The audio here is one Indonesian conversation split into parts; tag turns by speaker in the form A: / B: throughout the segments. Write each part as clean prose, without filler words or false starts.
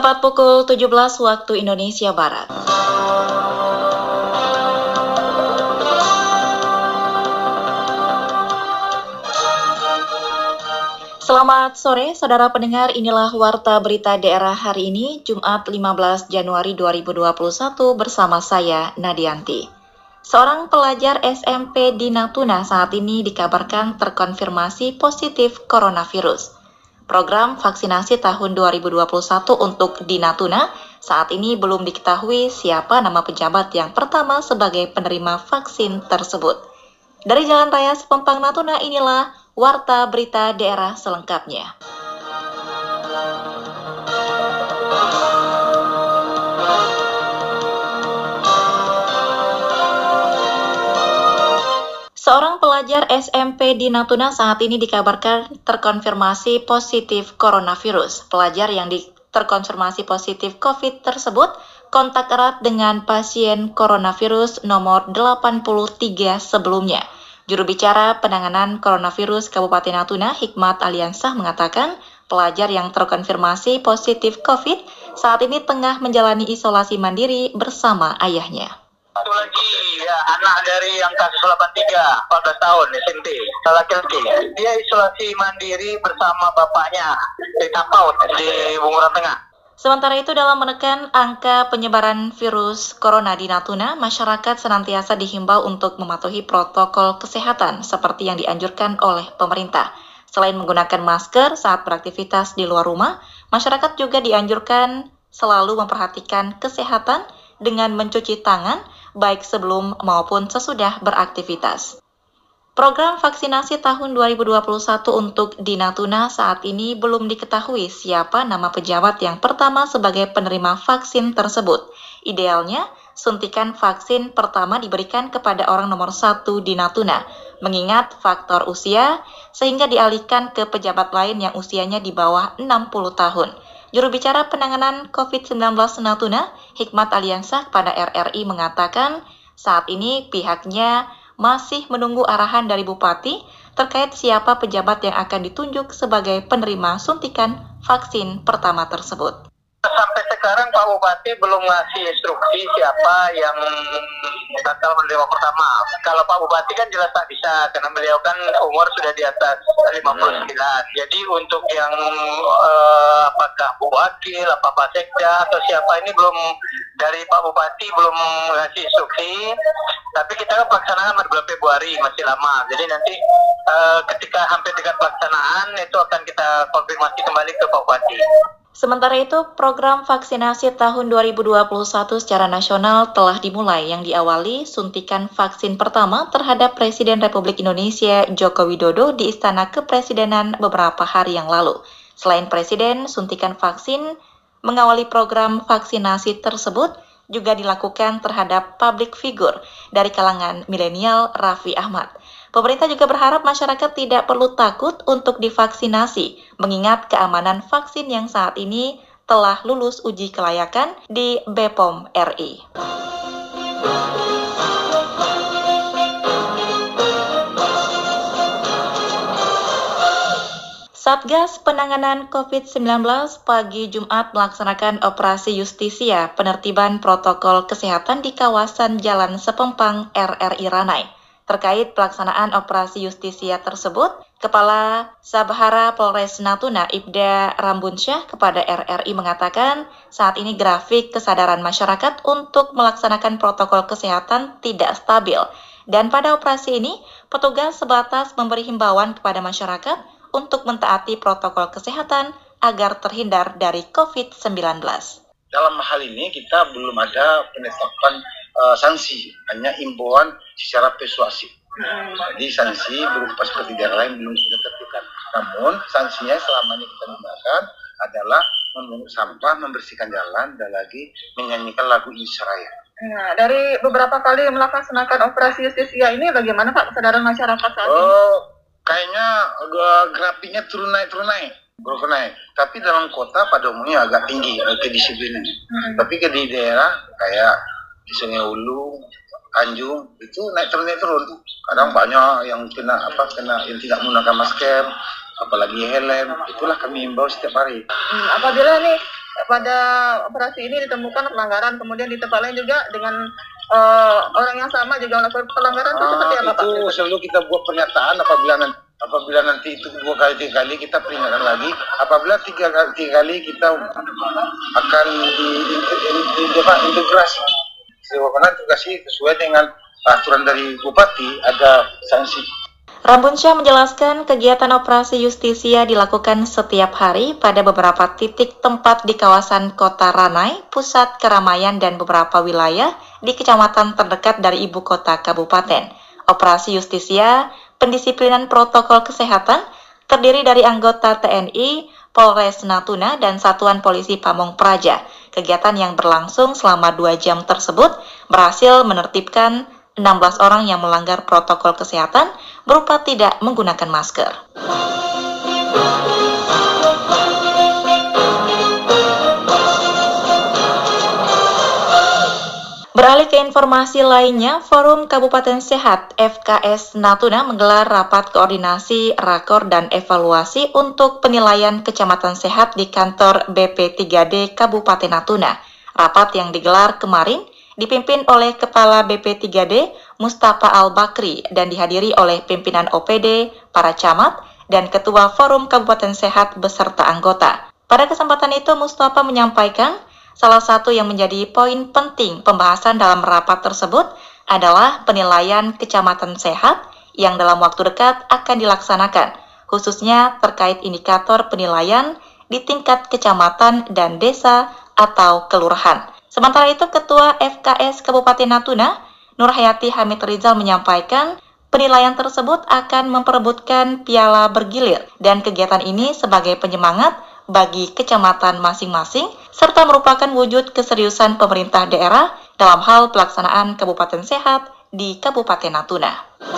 A: Tepat pukul 17 waktu Indonesia Barat. Selamat sore, saudara pendengar. Inilah Warta Berita Daerah hari ini, Jumat 15 Januari 2021 bersama saya, Nadianti. Seorang pelajar SMP di Natuna saat ini dikabarkan terkonfirmasi positif coronavirus. Program vaksinasi tahun 2021 untuk di Natuna saat ini belum diketahui siapa nama pejabat yang pertama sebagai penerima vaksin tersebut. Dari Jalan Raya Sepempang Natuna inilah Warta Berita Daerah selengkapnya. Seorang pelajar SMP di Natuna saat ini dikabarkan terkonfirmasi positif coronavirus. Pelajar yang terkonfirmasi positif COVID tersebut kontak erat dengan pasien coronavirus nomor 83 sebelumnya. Juru bicara penanganan coronavirus Kabupaten Natuna, Hikmat Aliansah, mengatakan pelajar yang terkonfirmasi positif COVID saat ini tengah menjalani isolasi mandiri bersama ayahnya.
B: Satu lagi ya, anak dari yang kasus 83, 14 tahun SMP, laki-laki. Dia isolasi mandiri bersama bapaknya di Tapaut di Bunguran Tengah.
A: Sementara itu, dalam menekan angka penyebaran virus corona di Natuna, masyarakat senantiasa dihimbau untuk mematuhi protokol kesehatan seperti yang dianjurkan oleh pemerintah. Selain menggunakan masker saat beraktivitas di luar rumah, masyarakat juga dianjurkan selalu memperhatikan kesehatan dengan mencuci tangan baik sebelum maupun sesudah beraktivitas. Program vaksinasi tahun 2021 untuk di Natuna saat ini belum diketahui siapa nama pejabat yang pertama sebagai penerima vaksin tersebut. Idealnya, suntikan vaksin pertama diberikan kepada orang nomor 1 di Natuna, mengingat faktor usia, sehingga dialihkan ke pejabat lain yang usianya di bawah 60 tahun. Juru bicara penanganan COVID-19 Natuna, Hikmat Aliansah kepada RRI mengatakan saat ini pihaknya masih menunggu arahan dari Bupati terkait siapa pejabat yang akan ditunjuk sebagai penerima suntikan vaksin pertama tersebut.
B: Sampai sekarang Pak Bupati belum ngasih instruksi siapa yang bakal menerima pertama. Kalau Pak Bupati kan jelas tak bisa, karena beliau kan umur sudah di atas 59. Jadi untuk yang apakah Bu Wakil, apa Pak Sekda, atau siapa ini belum, dari Pak Bupati belum ngasih instruksi. Tapi kita kan pelaksanaan bulan Februari, masih lama. Jadi nanti ketika hampir dekat pelaksanaan, itu akan kita konfirmasi kembali ke Pak Bupati.
A: Sementara itu, program vaksinasi tahun 2021 secara nasional telah dimulai yang diawali suntikan vaksin pertama terhadap Presiden Republik Indonesia Joko Widodo di Istana Kepresidenan beberapa hari yang lalu. Selain Presiden, suntikan vaksin mengawali program vaksinasi tersebut juga dilakukan terhadap public figure dari kalangan milenial Raffi Ahmad. Pemerintah juga berharap masyarakat tidak perlu takut untuk divaksinasi, mengingat keamanan vaksin yang saat ini telah lulus uji kelayakan di BPOM RI. Satgas Penanganan COVID-19 pagi Jumat melaksanakan operasi justisia penertiban protokol kesehatan di kawasan Jalan Sepempang RRI Ranai. Terkait pelaksanaan operasi justisia tersebut, Kepala Sabhara Polres Natuna Ibda Rambunsyah kepada RRI mengatakan saat ini grafik kesadaran masyarakat untuk melaksanakan protokol kesehatan tidak stabil. Dan pada operasi ini, petugas sebatas memberi himbauan kepada masyarakat untuk mentaati protokol kesehatan agar terhindar dari COVID-19.
C: Dalam hal ini kita belum ada penetapan sanksi, hanya imbauan secara persuasif. Jadi sanksi berupa seperti daerah lain belum kita tentukan. Namun sanksinya selama ini kita gunakan adalah memungut sampah, membersihkan jalan, dan lagi menyanyikan lagu Indonesia Raya.
D: Nah, dari beberapa kali melaksanakan operasi justisia ini, bagaimana Pak kesadaran masyarakat saat ini?
C: Kayaknya grafiknya turun naik. Tapi dalam kota pada umumnya agak tinggi kedisiplinan. Tapi di daerah kayak di Sungai Hulu, Tanjung itu naik turun. Kadang banyak yang kena yang tidak menggunakan masker, apalagi helm. Itulah kami himbau setiap hari.
D: Apabila nih pada operasi ini ditemukan pelanggaran, kemudian di tempat lain juga dengan orang yang sama juga melakukan pelanggaran, itu seperti apa Pak?
C: Itu selalu kita buat pernyataan apabila nanti itu 2 kali 3 kali kita peringatkan lagi. Apabila 3 kali kita akan diintegrasi. Integrasi sesuai dengan aturan dari Bupati, ada sanksi.
A: Rampunsyah menjelaskan kegiatan operasi justisia dilakukan setiap hari pada beberapa titik tempat di kawasan Kota Ranai, pusat keramaian dan beberapa wilayah di kecamatan terdekat dari ibu kota kabupaten. Operasi justisia pendisiplinan protokol kesehatan terdiri dari anggota TNI, Polres Natuna, dan Satuan Polisi Pamong Praja. Kegiatan yang berlangsung selama 2 jam tersebut berhasil menertibkan 16 orang yang melanggar protokol kesehatan berupa tidak menggunakan masker. Beralih ke informasi lainnya, Forum Kabupaten Sehat FKS Natuna menggelar rapat koordinasi, rakor, dan evaluasi untuk penilaian kecamatan sehat di kantor BP3D Kabupaten Natuna. Rapat yang digelar kemarin dipimpin oleh Kepala BP3D Mustafa Al-Bakri dan dihadiri oleh pimpinan OPD, para camat, dan Ketua Forum Kabupaten Sehat beserta anggota. Pada kesempatan itu, Mustafa menyampaikan salah satu yang menjadi poin penting pembahasan dalam rapat tersebut adalah penilaian kecamatan sehat yang dalam waktu dekat akan dilaksanakan, khususnya terkait indikator penilaian di tingkat kecamatan dan desa atau kelurahan. Sementara itu, Ketua FKS Kabupaten Natuna, Nurhayati Hamid Rizal menyampaikan penilaian tersebut akan memperebutkan piala bergilir dan kegiatan ini sebagai penyemangat bagi kecamatan masing-masing serta merupakan wujud keseriusan pemerintah daerah dalam hal pelaksanaan Kabupaten Sehat di Kabupaten Natuna.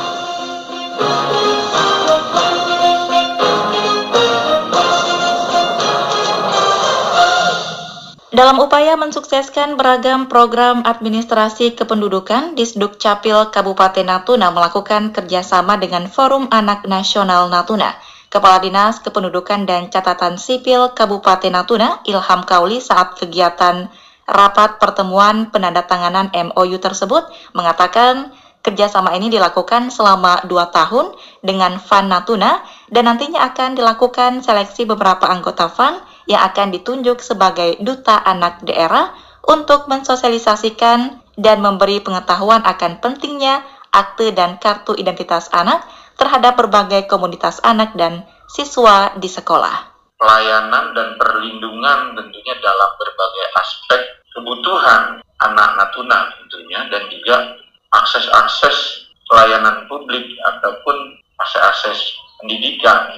A: Dalam upaya mensukseskan beragam program administrasi kependudukan, Disduk Capil Kabupaten Natuna melakukan kerjasama dengan Forum Anak Nasional Natuna. Kepala Dinas Kependudukan dan Catatan Sipil Kabupaten Natuna, Ilham Kauli, saat kegiatan rapat pertemuan penandatanganan MOU tersebut, mengatakan kerjasama ini dilakukan selama 2 tahun dengan FAN Natuna dan nantinya akan dilakukan seleksi beberapa anggota FAN yang akan ditunjuk sebagai duta anak daerah untuk mensosialisasikan dan memberi pengetahuan akan pentingnya akte dan kartu identitas anak terhadap berbagai komunitas anak dan siswa di sekolah.
E: Pelayanan dan perlindungan tentunya dalam berbagai aspek kebutuhan anak Natuna tentunya, dan juga akses-akses pelayanan publik ataupun akses pendidikan,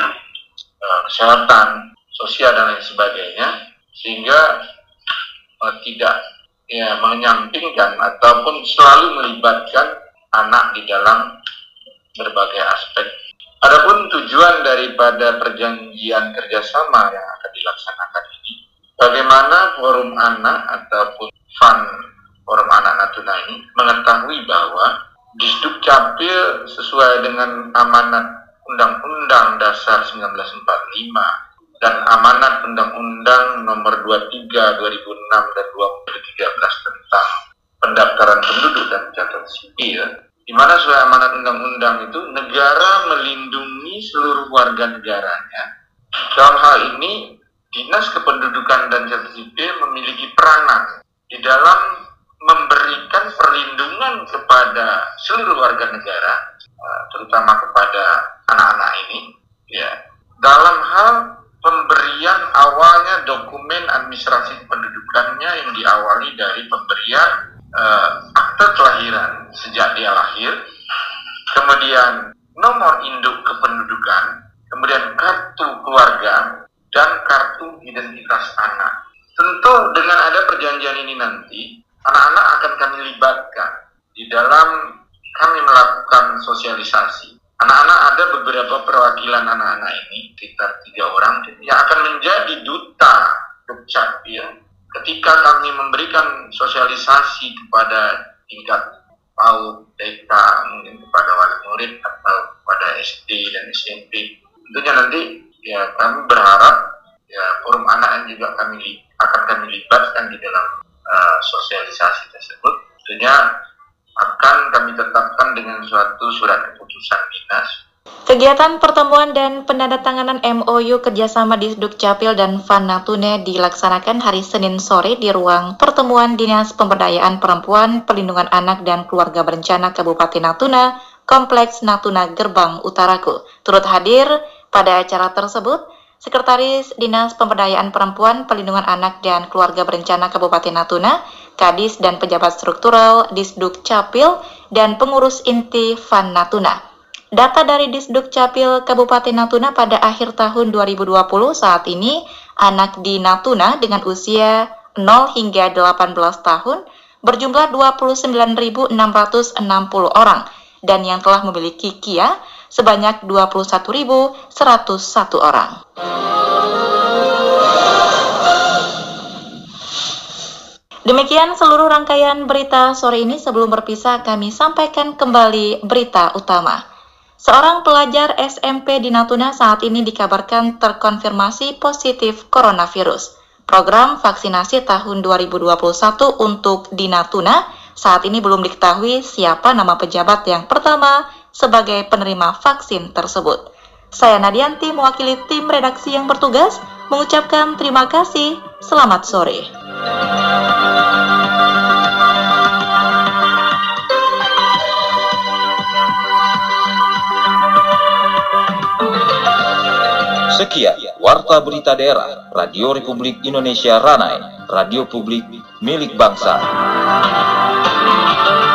E: kesehatan, sosial dan lain sebagainya, sehingga tidak menyampingkan ataupun selalu melibatkan anak di dalam berbagai aspek. Adapun tujuan daripada perjanjian kerjasama yang akan dilaksanakan ini, bagaimana Forum Anak ataupun FAN Forum Anak Natuna ini mengetahui bahwa Disduk Capil sesuai dengan amanat Undang-Undang Dasar 1945 dan amanat Undang-Undang Nomor 23 2006 dan 2013 tentang pendaftaran penduduk dan catatan sipil, di mana sesuai amanat undang-undang itu negara melindungi seluruh warga negaranya. Dalam hal ini, Dinas Kependudukan dan Catatan Sipil memiliki peranan di dalam memberikan perlindungan kepada seluruh warga negara, terutama kepada anak-anak ini, dalam hal pemberian awalnya dokumen administrasi kependudukannya yang diawali dari pemberian akte kelahiran sejak dia lahir, kemudian nomor induk kependudukan, kemudian kartu keluarga, dan kartu identitas anak. Tentu dengan ada perjanjian ini nanti, anak-anak akan kami libatkan di dalam kami melakukan sosialisasi. Anak-anak ada beberapa perwakilan anak-anak ini, sekitar 3 orang, yang akan menjadi duta Dukcapil ketika kami memberikan sosialisasi kepada tingkat PAUD, TK, mungkin kepada wali murid atau pada SD dan SMP. Tentunya nanti kami berharap Forum Anak yang juga kami akan kami libatkan di dalam sosialisasi tersebut. Tentunya akan kami tetapkan dengan suatu surat keputusan dinas.
A: Kegiatan pertemuan dan penandatanganan MOU kerjasama Disduk Capil dan Van Natuna dilaksanakan hari Senin sore di ruang pertemuan Dinas Pemberdayaan Perempuan, Perlindungan Anak dan Keluarga Berencana Kabupaten Natuna, Kompleks Natuna Gerbang Utaraku. Turut hadir pada acara tersebut Sekretaris Dinas Pemberdayaan Perempuan, Perlindungan Anak dan Keluarga Berencana Kabupaten Natuna, Kadis dan pejabat struktural Disduk Capil dan pengurus inti Van Natuna. Data dari Disduk Capil Kabupaten Natuna pada akhir tahun 2020 saat ini, anak di Natuna dengan usia 0 hingga 18 tahun berjumlah 29.660 orang dan yang telah memiliki KIA sebanyak 21.101 orang. Demikian seluruh rangkaian berita sore ini. Sebelum berpisah, kami sampaikan kembali berita utama. Seorang pelajar SMP di Natuna saat ini dikabarkan terkonfirmasi positif coronavirus. Program vaksinasi tahun 2021 untuk di Natuna saat ini belum diketahui siapa nama pejabat yang pertama sebagai penerima vaksin tersebut. Saya Nadianti mewakili tim redaksi yang bertugas mengucapkan terima kasih. Selamat sore.
F: Sekian Warta Berita Daerah Radio Republik Indonesia Ranai, radio publik milik bangsa.